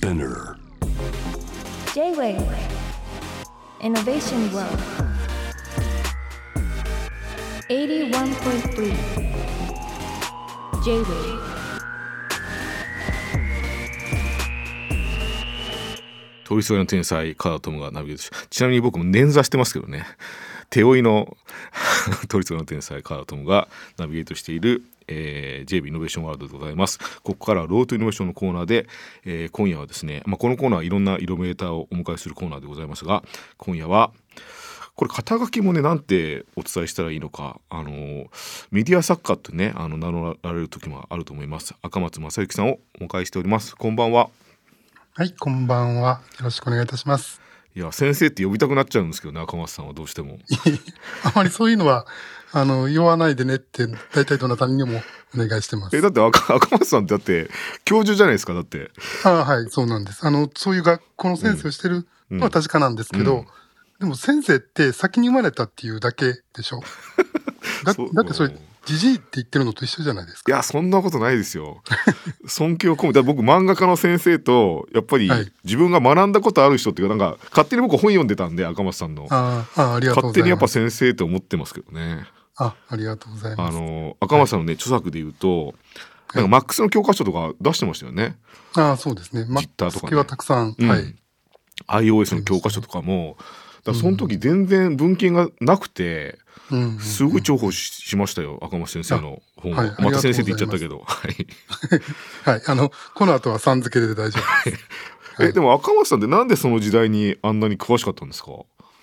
Spinner J-Wave Innovation World 81.3 J-Wave 取り添いの天才カートムがナビゲートし、ちなみに僕も捻挫してますけどね、手負いの取り添いの天才カートムがナビゲートしている、JB イノベーションワールドでございます。ここからはロートイノベーションのコーナーで、今夜はですね、このコーナーはいろんなイノベーターをお迎えするコーナーでございますが、今夜はこれ肩書きもね、なんてお伝えしたらいいのか、メディア作家ってね、名乗られる時もあると思います。赤松正幸さんをお迎えしております。こんばんは。 はい、こんばんは。よろしくお願いいたします。 いや、先生って呼びたくなっちゃうんですけどね、赤松さんはどうしても。 あまりそういうのは言わないでねって大体どなたにもお願いしてます。 だって赤松さんってだって教授じゃないですか。だってはい、そうなんです。そういう学校の先生をしてるのは確かなんですけど、でも先生って先に生まれたっていうだけでしょ。だってそれジジイって言ってるのと一緒じゃないですか。 いや、そんなことないですよ。尊敬を込めて、僕漫画家の先生とやっぱり自分が学んだことある人っていうか、なんか勝手に僕本読んでたんで、赤松さんのありがとうございます。 勝手にやっぱ先生と思ってますけどね。 ありがとうございます。 赤松さんのね、著作で言うと、なんかマックスの教科書とか出してましたよね。 そうですね。 ジッターとかね、 はたくさん、 iOS の教科書とかも、だからその時全然文献がなくて、すごい重宝 しましたよ、赤松先生の本を。また先生って言っちゃったけど。 はい。この後はさん付けで大丈夫です。 でも赤松さんってなんでその時代にあんなに詳しかったんですか？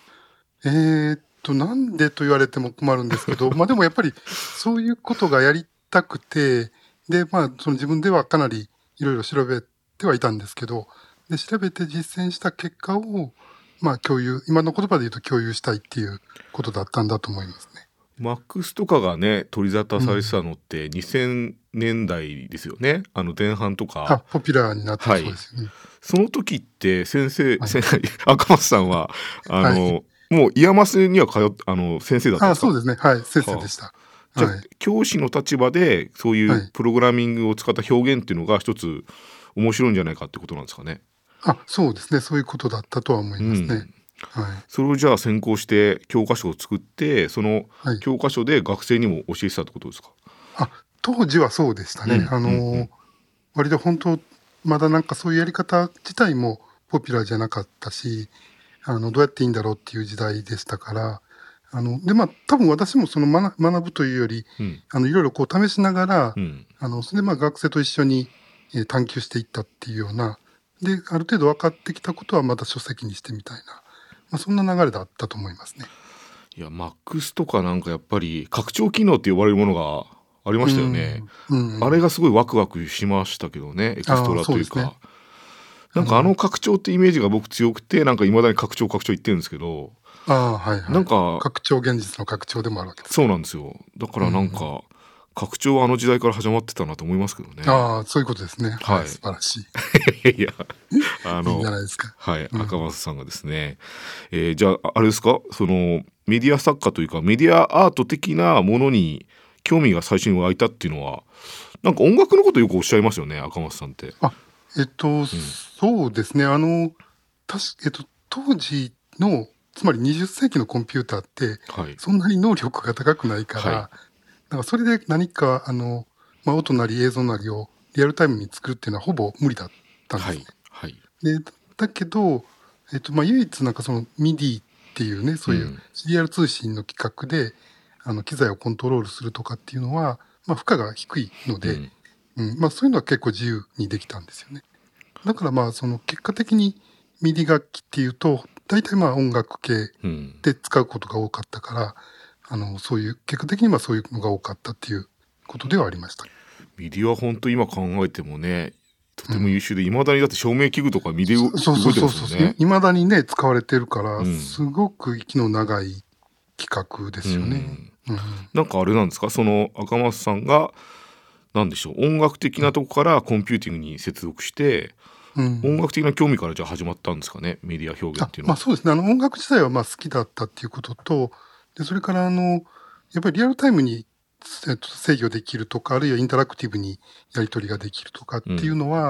なんでと言われても困るんですけど、でもやっぱりそういうことがやりたくて、で、その自分ではかなりいろいろ調べてはいたんですけど、で、調べて実践した結果を、共有、今の言葉で言うと共有したいっていうことだったんだと思いますね。 マックスとかがね、取り沙汰されてたのって2000年代ですよね。前半とか。 ポピュラーになったそうですよね。 その時って先生、赤松さんは、もうイヤマスには先生だったんですか？ そうですね。はい、先生でした。 じゃあ、教師の立場でそういうプログラミングを使った表現っていうのが一つ面白いんじゃないかってことなんですかね。 そうですね。そういうことだったとは思いますね。 それをじゃあ先行して教科書を作って、その教科書で学生にも教えてたってことですか？ 当時はそうでしたね。割と本当まだなんかそういうやり方自体もポピュラーじゃなかったし、どうやっていいんだろうっていう時代でしたから、で多分私もその学ぶというより、いろいろこう試しながら、それで学生と一緒に探求していったっていうような、である程度分かってきたことはまた書籍にしてみたいな、そんな流れだったと思いますね。 いや、マックスとかなんかやっぱり拡張機能って呼ばれるものがありましたよね。あれがすごいワクワクしましたけどね、エクストラというか。なんか拡張ってイメージが僕強くて、なんか未だに拡張言ってるんですけど、なんか拡張現実の拡張でもあるわけです。 そうなんですよ。だからなんか、拡張は時代から始まってたなと思いますけどね。 そういうことですね。素晴らしい。 いや、 いいんじゃないですか。 赤松さんがですね、じゃああれですか、そのメディア作家というかメディアアート的なものに興味が最初に湧いたっていうのは、なんか音楽のことよくおっしゃいますよね、赤松さんって。 そうですね。当時のつまり20世紀のコンピューターって、そんなに能力が高くないから、なんかそれで何か音なり映像なりをリアルタイムに作るっていうのはほぼ無理だったんですね。でだけど、唯一なんかその MIDI っていうね、そういうシリアル通信の規格で機材をコントロールするとかっていうのは、負荷が低いので、そういうのは結構自由にできたんですよね。だからその結果的に MIDI 楽器っていうと大体音楽系で使うことが多かったから、そういう結果的にそういうのが多かったっていうことではありました。 ミディは本当今考えてもね、とても優秀で、いまだにだって照明器具とかミディ動いてますよね。 いまだにね使われてるから、すごく息の長い企画ですよね。 なんかあれなんですか、その赤松さんがなんでしょう、音楽的なとこからコンピューティングに接続して、音楽的な興味からじゃあ始まったんですかね、メディア表現っていうのは。 そうですね。音楽自体は好きだったっていうことと、でそれからやっぱりリアルタイムに制御できるとか、あるいはインタラクティブにやり取りができるとかっていうのは、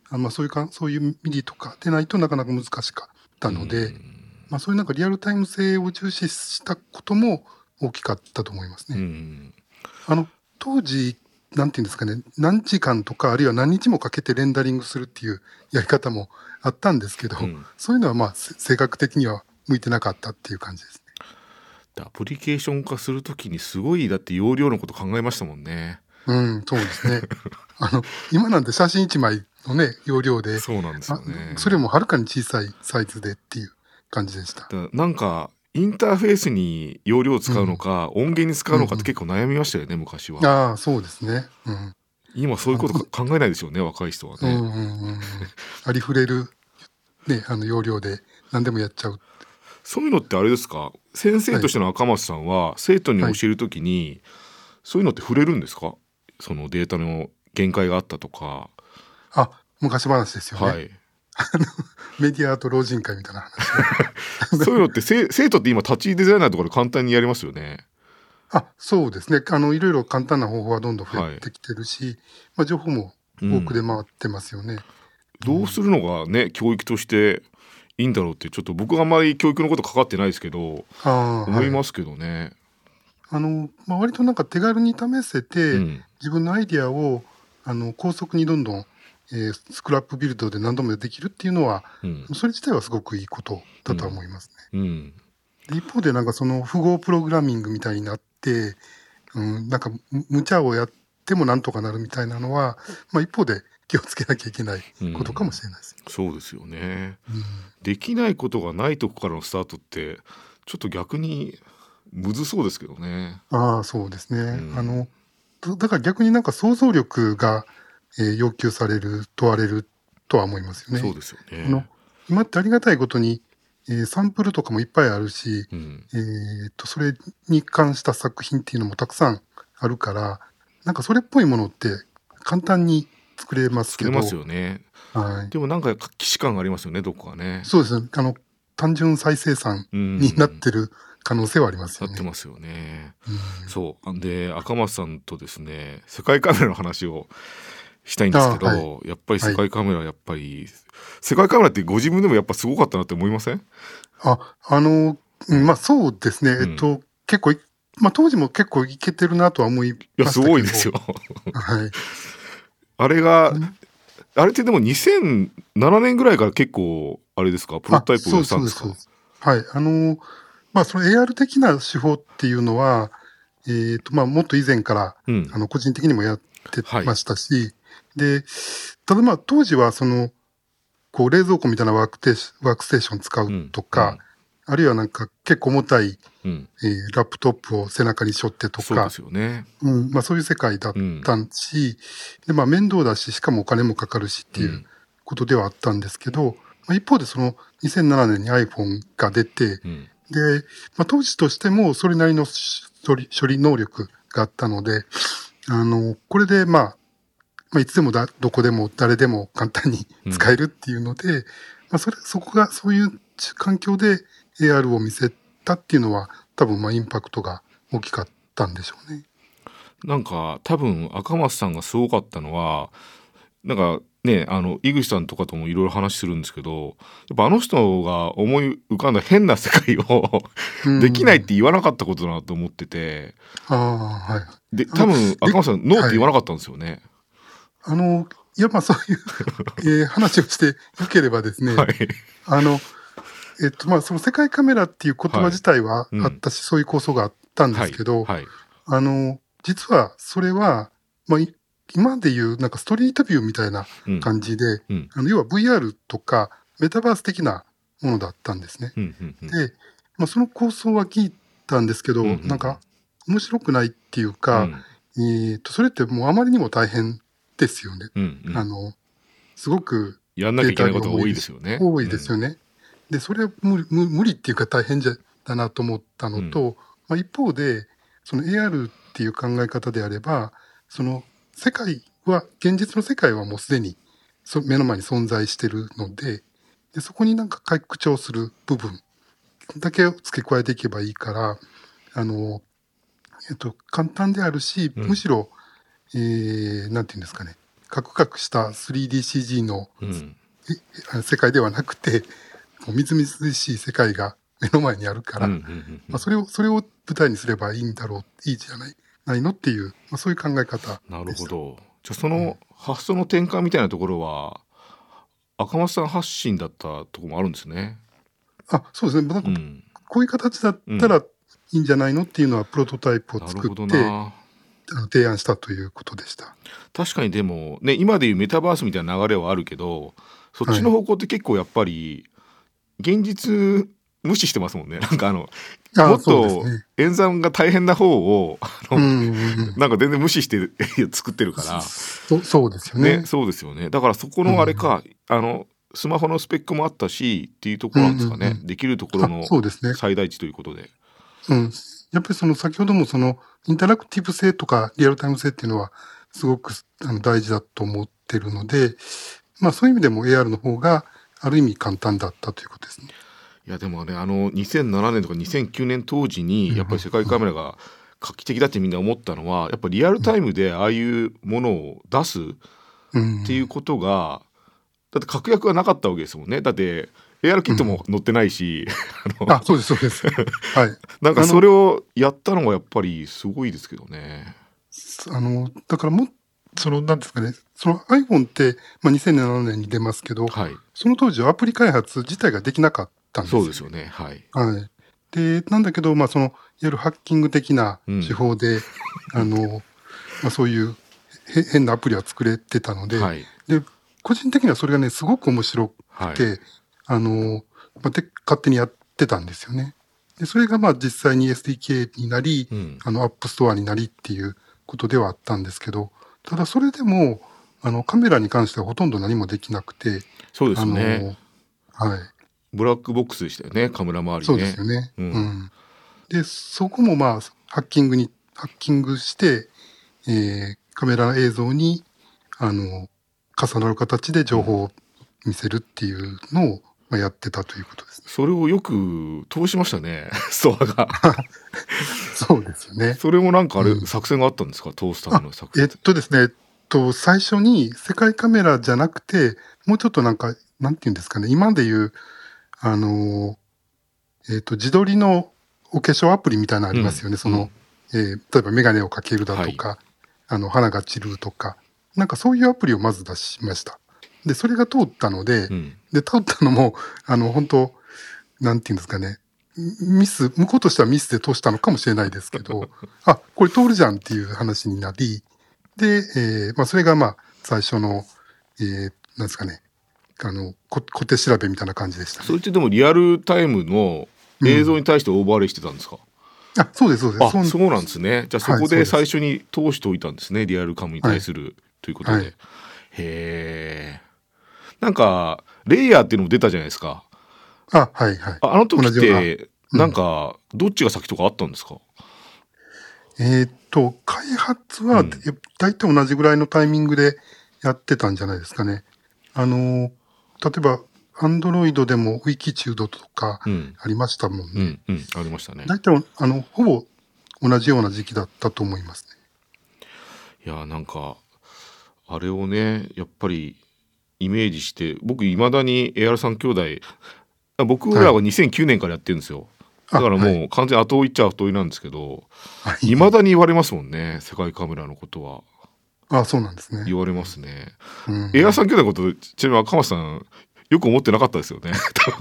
そういうミディとかでないとなかなか難しかったので、そういうなんかリアルタイム性を重視したことも大きかったと思いますね。当時、なんていうんですかね、何時間とかあるいは何日もかけてレンダリングするっていうやり方もあったんですけど、そういうのは性格的には向いてなかったっていう感じですね。 アプリケーション化するときにすごいだって容量のこと考えましたもんね。 そうですね。今なんて写真1枚のね、容量で、 そうなんですよね。 それもはるかに小さいサイズでっていう感じでした。 なんかインターフェースに容量を使うのか、音源に使うのかって結構悩みましたよね、昔は。 そうですね。 今そういうこと考えないですよね、若い人はね。 ありふれる、ね、容量で何でもやっちゃう。 そういうのってあれですか、先生としての赤松さんは生徒に教えるときに、そういうのって触れるんですか？そのデータの限界があったとか。 昔話ですよね。メディアと老人会みたいな話そういうのって生徒って今タッチデザイナーとかで簡単にやりますよね。 そうですね。いろいろ簡単な方法はどんどん増えてきてるし、情報も多く出回ってますよね。 どうするのがね、教育としていいんだろうって、ちょっと僕はあんまり教育のことかかってないですけど、思いますけどね。 割となんか手軽に試せて、自分のアイディアを高速にどんどん、スクラップビルドで何度もできるっていうのは、それ自体はすごくいいことだとは思いますね。で一方でなんかその符号プログラミングみたいになって、なんか無茶をやってもなんとかなるみたいなのは、一方で気をつけなきゃいけないことかもしれないです。 そうですよね。できないことがないとこからのスタートってちょっと逆にむずそうですけどね。 そうですね。だから逆になんか想像力が、要求される、問われるとは思いますよね。 そうですよね。 今ってありがたいことに、サンプルとかもいっぱいあるし、それに関した作品っていうのもたくさんあるから、なんかそれっぽいものって簡単に作れますけど。 作れますよね。でもなんか既視感がありますよね、どこかね。 そうですね。単純再生産になってる可能性はありますよね。 なってますよね。そうで、赤松さんとですね、世界カメラの話をしたいんですけど、やっぱり世界カメラ、世界カメラってご自分でもやっぱすごかったなって思いません？ そうですね。結構当時も結構いけてるなとは思いましたけど。 すごいですよ。あれってでも2007年ぐらいから結構あれですか、プロトタイプをやったんですか？ その AR 的な手法っていうのは、もっと以前から、個人的にもやってましたし、で、ただ当時はこう冷蔵庫みたいなワークステーション使うとか、あるいはなんか結構重たい、ラップトップを背中に背負ってとか、 そうですよね。 そういう世界だったし、で面倒だし、しかもお金もかかるしっていうことではあったんですけど、一方でその2007年に iPhone が出て、で、当時としてもそれなりの処理能力があったので、これでいつでもどこでも誰でも簡単に使えるっていうので、そういう環境で AR を見せたっていうのは多分インパクトが大きかったんでしょうね。 なんか多分赤松さんがすごかったのは、なんかね、井口さんとかともいろいろ話するんですけど、やっぱあの人が思い浮かんだ変な世界をできないって言わなかったことだなと思ってて、で多分赤松さんノーって言わなかったんですよね。 そういう、話をしてよければですね、その世界カメラっていう言葉自体はあったし、そういう構想があったんですけど、実はそれは、今でいうなんかストリートビューみたいな感じで、要は VR とかメタバース的なものだったんですね。で、その構想は聞いたんですけど、なんか面白くないっていうか、それってもうあまりにも大変ですよね。すごくやんなきゃいけないことが多いですよね。 多いですよね。で、それは無理っていうか大変だなと思ったのと、一方で、その AR っていう考え方であれば、その世界は、現実の世界はもうすでに目の前に存在してるので、そこになんか拡張する部分だけを付け加えていけばいいから、簡単であるし、むしろ、なんていうんですかね、 カクカクした 3DCG のうん、 世界ではなくて、もうみずみずしい世界が目の前にあるから、それを舞台にすればいいんだろう、いいじゃないのっていう、そういう考え方でした。 なるほど。じゃあその発想の転換みたいなところは、赤松さん発信だったところもあるんですね。 そうですね。なんかこういう形だったらいいんじゃないのっていうのはプロトタイプを作って提案したということでした。 確かにでもね、今でいうメタバースみたいな流れはあるけど、そっちの方向って結構やっぱり現実無視してますもんね。なんかもっと演算が大変な方をなんか全然無視して作ってるから。 そうですよね。 そうですよね。だからそこのあれか、スマホのスペックもあったしっていうところなんですかね。できるところの最大値ということで。 やっぱり先ほどもインタラクティブ性とかリアルタイム性っていうのはすごく大事だと思ってるので、そういう意味でも AR の方がある意味簡単だったということですね。 いやでもね、2007年とか2009年当時にやっぱり世界カメラが画期的だってみんな思ったのは、やっぱりリアルタイムでああいうものを出すっていうことが、だって確約がなかったわけですもんね。だって AR キットも載ってないし、 そうですそうです。はい。 なんかそれをやったのがやっぱりすごいですけどね。 だからなんですかね、iPhone って、2007年に出ますけど、その当時はアプリ開発自体ができなかったんですよ。 そうですよね。はい。 で、なんだけど、いわゆるハッキング的な手法で、そういう変なアプリは作れてたので、で、個人的にはそれがね、すごく面白くて、勝手にやってたんですよね。で、それが実際に SDK になり、App Store になりっていうことではあったんですけど、ただそれでもカメラに関してはほとんど何もできなくて。 そうですね。 はい。 ブラックボックスでしたよね、カメラ周りね。 そうですよね。で、そこもハッキングして、カメラ映像に重なる形で情報を見せるっていうのをやってたということですね。 それをよく通しましたね、ストアが。 そうですよね。 それもなんか作戦があったんですか、通すための作戦。 ですね、最初に世界カメラじゃなくて、もうちょっとなんていうんですかね、今でいう自撮りのお化粧アプリみたいなのありますよね。例えばメガネをかけるだとか、花が散るとか、なんかそういうアプリをまず出しました。で、それが通ったので、で、通ったのも、本当なんていうんですかね、向こうとしてはミスで通したのかもしれないですけど、これ通るじゃんっていう話になり、で、それが最初の、なんですかね、小手調べみたいな感じでしたね。 それってでもリアルタイムの映像に対してオーバーレイしてたんですか？ そうですそうです。 そうなんですね。じゃあそこで最初に通しておいたんですね、リアルカムに対する、ということで。へえ。なんかレイヤーっていうのも出たじゃないですか。 はいはい。 あの時ってなんかどっちが先とかあったんですか？ 開発は大体同じぐらいのタイミングでやってたんじゃないですかね。例えばアンドロイドでもウィキチュードとかありましたもんね。 ありましたね。 大体ほぼ同じような時期だったと思いますね。 いやなんかあれをねやっぱりイメージして、僕いまだに AR3 兄弟、僕らは2009年からやってるんですよ。だからもう完全に後追いっちゃ後追いなんですけど、いまだに言われますもんね、世界カメラのことは。 そうなんですね。 言われますね。AR3 兄弟のことちなみに赤松さんよく思ってなかったですよね。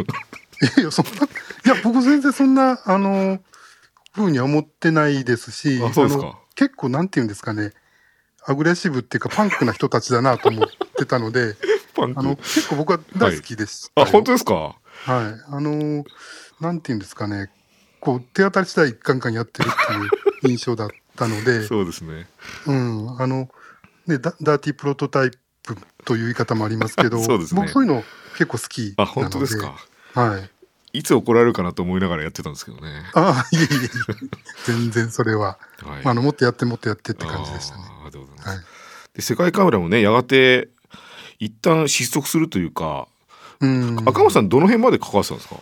僕全然そんな風には思ってないですし、 そうですか。 結構なんていうんですかね、アグレッシブっていうかパンクな人たちだなと思ってたので結構僕は大好きです。 本当ですか？ なんていうんですかね、こう手当たり次第ガンガンやってるっていう印象だったのでそうですね。 ダーティープロトタイプという言い方もありますけどそうですね、 僕そういうの結構好きなので。 本当ですか？ いつ怒られるかなと思いながらやってたんですけどね。 いえ全然それは、もっとやってって感じでしたね。 で世界カメラもねやがて一旦失速するというか、赤松さんどの辺まで関わってたんですか？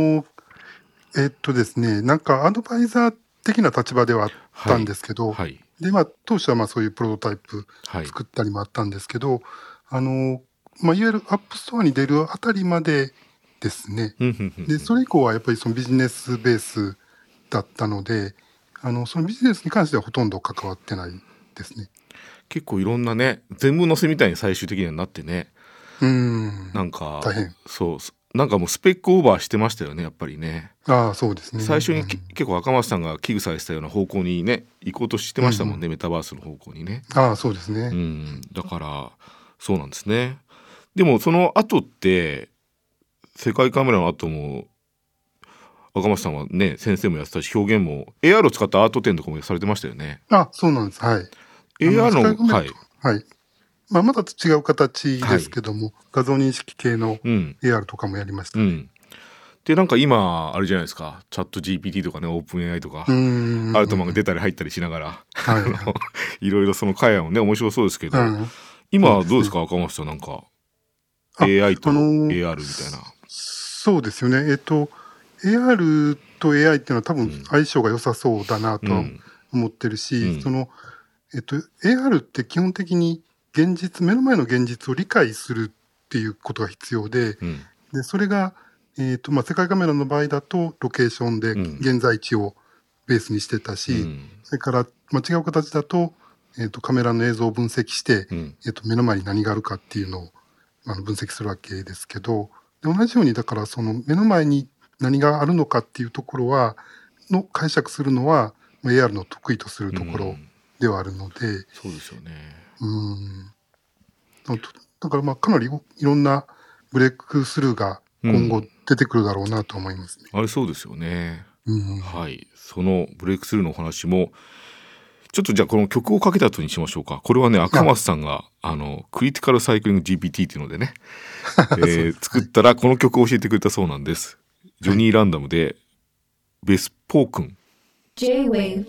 ですね、なんかアドバイザー的な立場ではあったんですけど、 で、当初はそういうプロトタイプ作ったりもあったんですけど、いわゆるアップストアに出るあたりまでですね。で、それ以降はやっぱりそのビジネスベースだったので、そのビジネスに関してはほとんど関わってないですね。 結構いろんなね、全部載せみたいに最終的にはなってね。なんか大変。 そうなんかもうスペックオーバーしてましたよね、やっぱりね。 そうですね。 最初に結構赤松さんが危惧されてたような方向にね行こうとしてましたもんね、メタバースの方向にね。 そうですね。 だからそうなんですね。でもその後って世界カメラの後も赤松さんはね、先生もやってたし、表現も AR を使ったアート展とかもされてましたよね。 そうなんです。はい。 AR のはい。また違う形ですけども、画像認識系の AR とかもやりましたね。 でなんか今あれじゃないですか、チャット GPT とかね、オープン AI とかアルトマンが出たり入ったりしながらいろいろその会話もね面白そうですけど、今どうですか赤松さん、なんか AI と AR みたいな。 そうですよね。AR と AI っていうのは多分相性が良さそうだなとは思ってるし、AR って基本的に目の前の現実を理解するっていうことが必要で、でそれが、世界カメラの場合だとロケーションで現在地をベースにしてたし、それから、違う形だと、カメラの映像を分析して、目の前に何があるかっていうのを分析するわけですけど、で同じようにだからその目の前に何があるのかっていうところの解釈するのは AR の得意とするところではあるので、 そうですよね。 だからかなりいろんなブレイクスルーが今後出てくるだろうなと思いますね。 あれそうですよね。はい、そのブレイクスルーのお話もちょっとじゃあこの曲をかけた後にしましょうか。これはね、赤松さんがクリティカルサイクリング GPT っていうのでね作ったらこの曲を教えてくれたそうなんです。ジョニー・ランダムでベスポークン。 J-Wave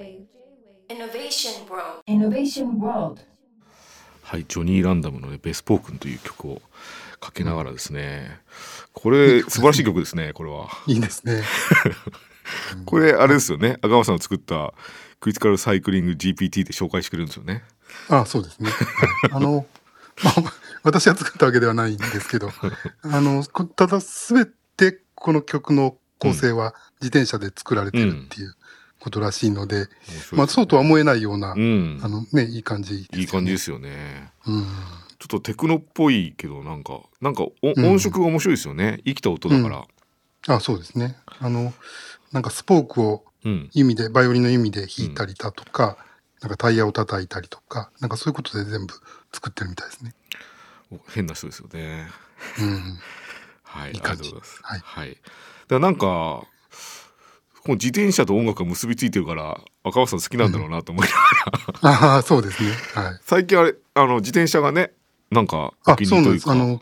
Innovation World。 はい、ジョニー・ランダムの、ね、ベスポークンという曲をかけながらですね、これ素晴らしい曲ですね。これはいいですねこれあれですよね、赤松さんの作ったクリティカルサイクリング GPT で紹介してくれるんですよね。 そうですね、私は作ったわけではないんですけどただ全てこの曲の構成は自転車で作られてるっていうことらしいので、そうとは思えないような、いい感じですよね。 いい感じですよね。ちょっとテクノっぽいけどなんか音色が面白いですよね。生きた音だから。 そうですね。なんかスポークをバイオリンの弓で弾いたりだとか、なんかタイヤを叩いたりとか、なんかそういうことで全部作ってるみたいですね。 変な人ですよね。はい、ありがとうございます。はい。だからなんかこの自転車と音楽が結びついてるから赤松さん好きなんだろうなと思いながらそうですね。 最近自転車がね、なんかお気に入りというか。 そうなんです。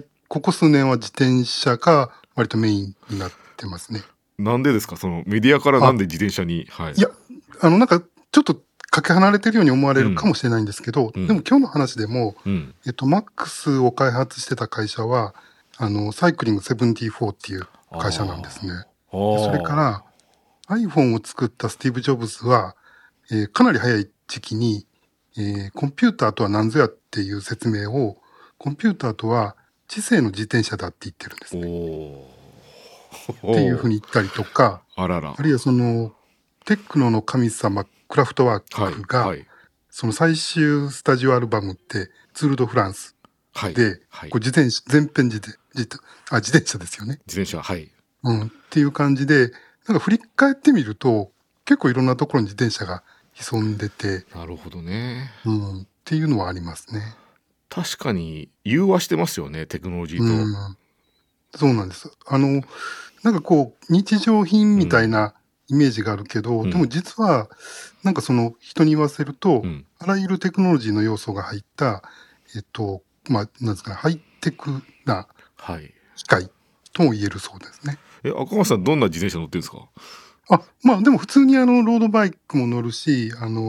ここ数年は自転車が割とメインになってますね。 なんでですか、そのメディアからなんで自転車に。 いやなんかちょっとかけ離れてるように思われるかもしれないんですけど、でも今日の話でも、マックスを開発してた会社はサイクリング74っていう会社なんですね。それから iPhone を作ったスティーブ・ジョブズは、かなり早い時期に、コンピューターとは何ぞやっていう説明を、コンピューターとは知性の自転車だって言ってるんですね。っていうふうに言ったりとか、あるいはそのテクノの神様クラフトワークが、その最終スタジオアルバムってツール・ド・フランスで、こう自転車ですよね。 自転車、 っていう感じで、なんか振り返ってみると結構いろんなところに自転車が潜んでて、 なるほどね、 っていうのはありますね。 確かに融和してますよね、テクノロジーと。 そうなんです。なんかこう日常品みたいなイメージがあるけど、でも実はなんかその人に言わせると、あらゆるテクノロジーの要素が入ったなんですか、ハイテクな機械とも言えるそうですね。 赤松さんどんな自転車乗ってるんですか？ でも普通にロードバイクも乗るし、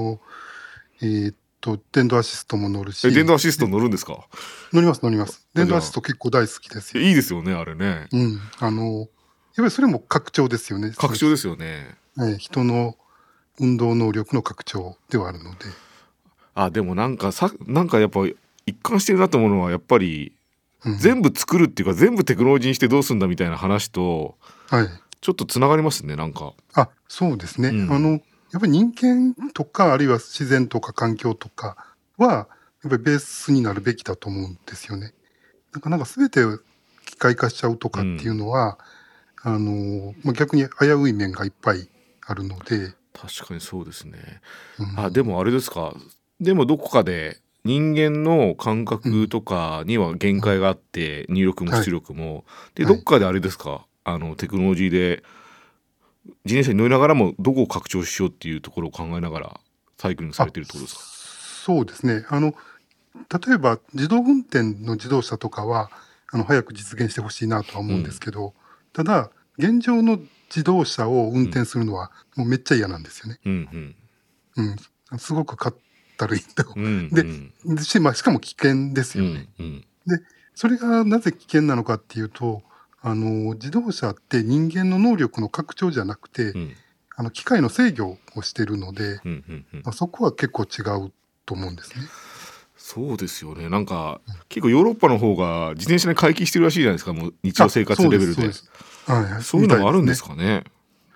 電動アシストも乗るし。 電動アシスト乗るんですか？ 乗ります。電動アシスト結構大好きですよ。 いいですよね、あれね。 やっぱりそれも拡張ですよね。 拡張ですよね。 人の運動能力の拡張ではあるので。 でもなんかやっぱ一貫してるなと思うのはやっぱり、全部作るっていうか全部テクノロジーにしてどうするんだみたいな話と、ちょっとつながりますねなんか。 そうですね、やっぱり人間とかあるいは自然とか環境とかはやっぱりベースになるべきだと思うんですよね。なんか全て機械化しちゃうとかっていうのは、逆に危うい面がいっぱいあるので。 確かにそうですね。でもあれですか。でもどこかで人間の感覚とかには限界があって、入力も出力も、でどっかであれですか、テクノロジーで自転車に乗りながらもどこを拡張しようっていうところを考えながらサイクリングされてるってことですか。 そうですね。例えば自動運転の自動車とかは早く実現してほしいなとは思うんですけど、ただ現状の自動車を運転するのはもうめっちゃ嫌なんですよね。すごくかったるいと。でしかも危険ですよね。でそれがなぜ危険なのかっていうと、自動車って人間の能力の拡張じゃなくて、機械の制御をしてるので、そこは結構違うと思うんですね。 そうですよね。なんか、結構ヨーロッパの方が自転車に回帰してるらしいじゃないですか。もう日常生活レベルで。そういうのもあるんですかね。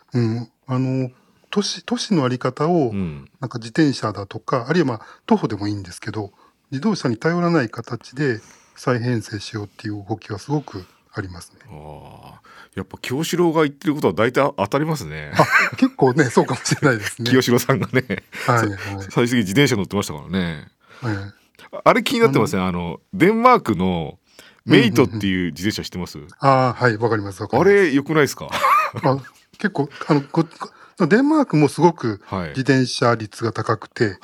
都市のあり方を、なんか自転車だとか、あるいは徒歩でもいいんですけど、自動車に頼らない形で再編成しようっていう動きはすごくありますね。 やっぱ清志郎が言ってることは大体当たりますね。 結構ね、そうかもしれないですね。 清志郎さんがね、最終的に自転車乗ってましたからね。あれ気になってますね。デンマークのメイトっていう自転車知ってます？ はい、わかります。 あれ良くないですか？ 結構デンマークもすごく自転車率が高くて、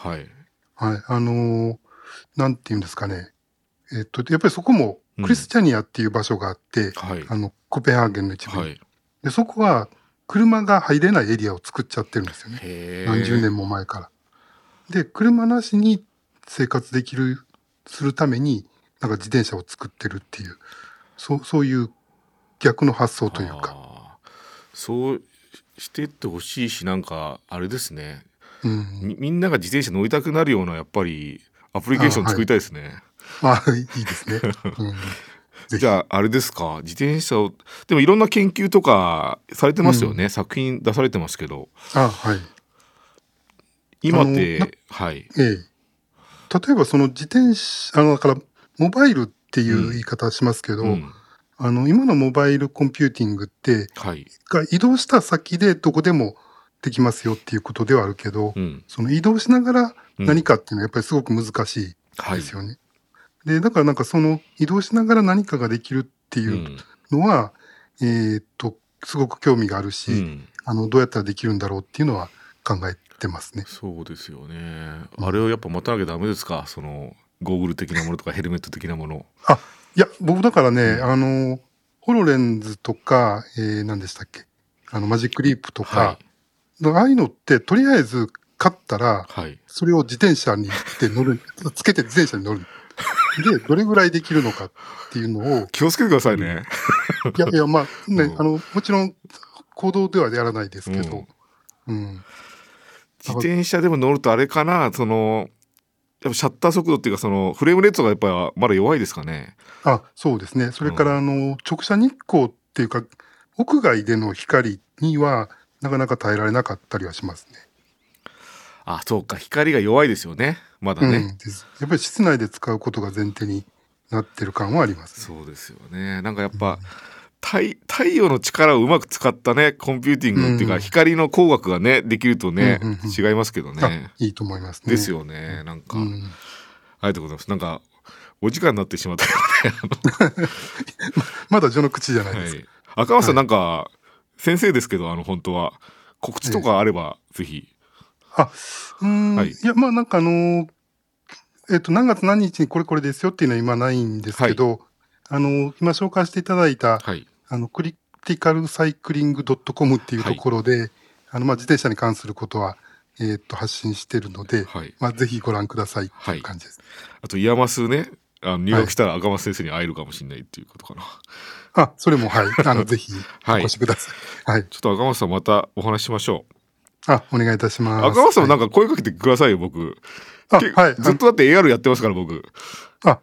なんていうんですかね。やっぱりそこもクリスチャニアっていう場所があって、コペンハーゲンの一部に。でそこは車が入れないエリアを作っちゃってるんですよね。何十年も前から。で車なしに生活するためになんか自転車を作ってるっていう、そういう逆の発想というか。 そうしてってほしいし、なんかあれですね、みんなが自転車乗りたくなるようなやっぱりアプリケーション作りたいですね。 いいですね。 じゃああれですか、自転車をでもいろんな研究とかされてますよね。作品出されてますけど。今って例えばその自転車だからモバイルっていう言い方しますけど、今のモバイルコンピューティングって、移動した先でどこでもできますよっていうことではあるけど、その移動しながら何かっていうのはやっぱりすごく難しいですよね。でだからなんかその移動しながら何かができるっていうのは、すごく興味があるし、どうやったらできるんだろうっていうのは考えてますね。 そうですよね。あれをやっぱ待たなきゃダメですか、そのゴーグル的なものとかヘルメット的なもの。 いや僕だからね、ホロレンズとか、何でしたっけ、マジックリープとか、ああいうのってとりあえず買ったら、それを自転車にってつけて自転車に乗る。でどれぐらいできるのかっていうのを気をつけてくださいね。 いやもちろん行動ではやらないですけど、 自転車でも乗るとあれかな、そのやっぱシャッター速度っていうかそのフレームレートがやっぱりまだ弱いですかね。 そうですね。それから直射日光っていうか屋外での光にはなかなか耐えられなかったりはしますね。 そうか、光が弱いですよね、まだね。 やっぱり室内で使うことが前提になってる感はありますね。 そうですよね。なんかやっぱ、太陽の力をうまく使ったねコンピューティングっていうか、光の工学がねできるとね、違いますけどね。 いいと思いますね。 ですよね。なんか、ありがとうございます。なんかお時間になってしまったよね。 まだ序の口じゃないですか。 赤松さん、なんか先生ですけど本当は告知とかあればぜひ。 いやなんか何月何日にこれですよっていうのは今ないんですけど、今紹介していただいた、クリティカルサイクリング .com っていうところで、自転車に関することは、発信してるので、ぜひご覧くださいっていう感じです。 あとイヤマスね、入学したら赤松先生に会えるかもしれないっていうことかな。 それもぜひお越しください。 ちょっと赤松さんまたお話ししましょう。 お願いいたします。 赤松さんもなんか声かけてくださいよ、僕。はい。ずっとだって AR やってますから、僕。 はい。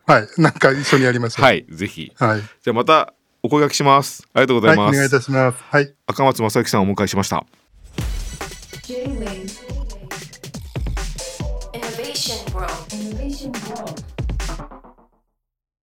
なんか一緒にやりましょう。 はい。ぜひ。 はい。 じゃあまたお声掛けします。ありがとうございます。 はい、お願いいたします。はい。 赤松正幸さんをお迎えしました。 J-Wave Innovation World.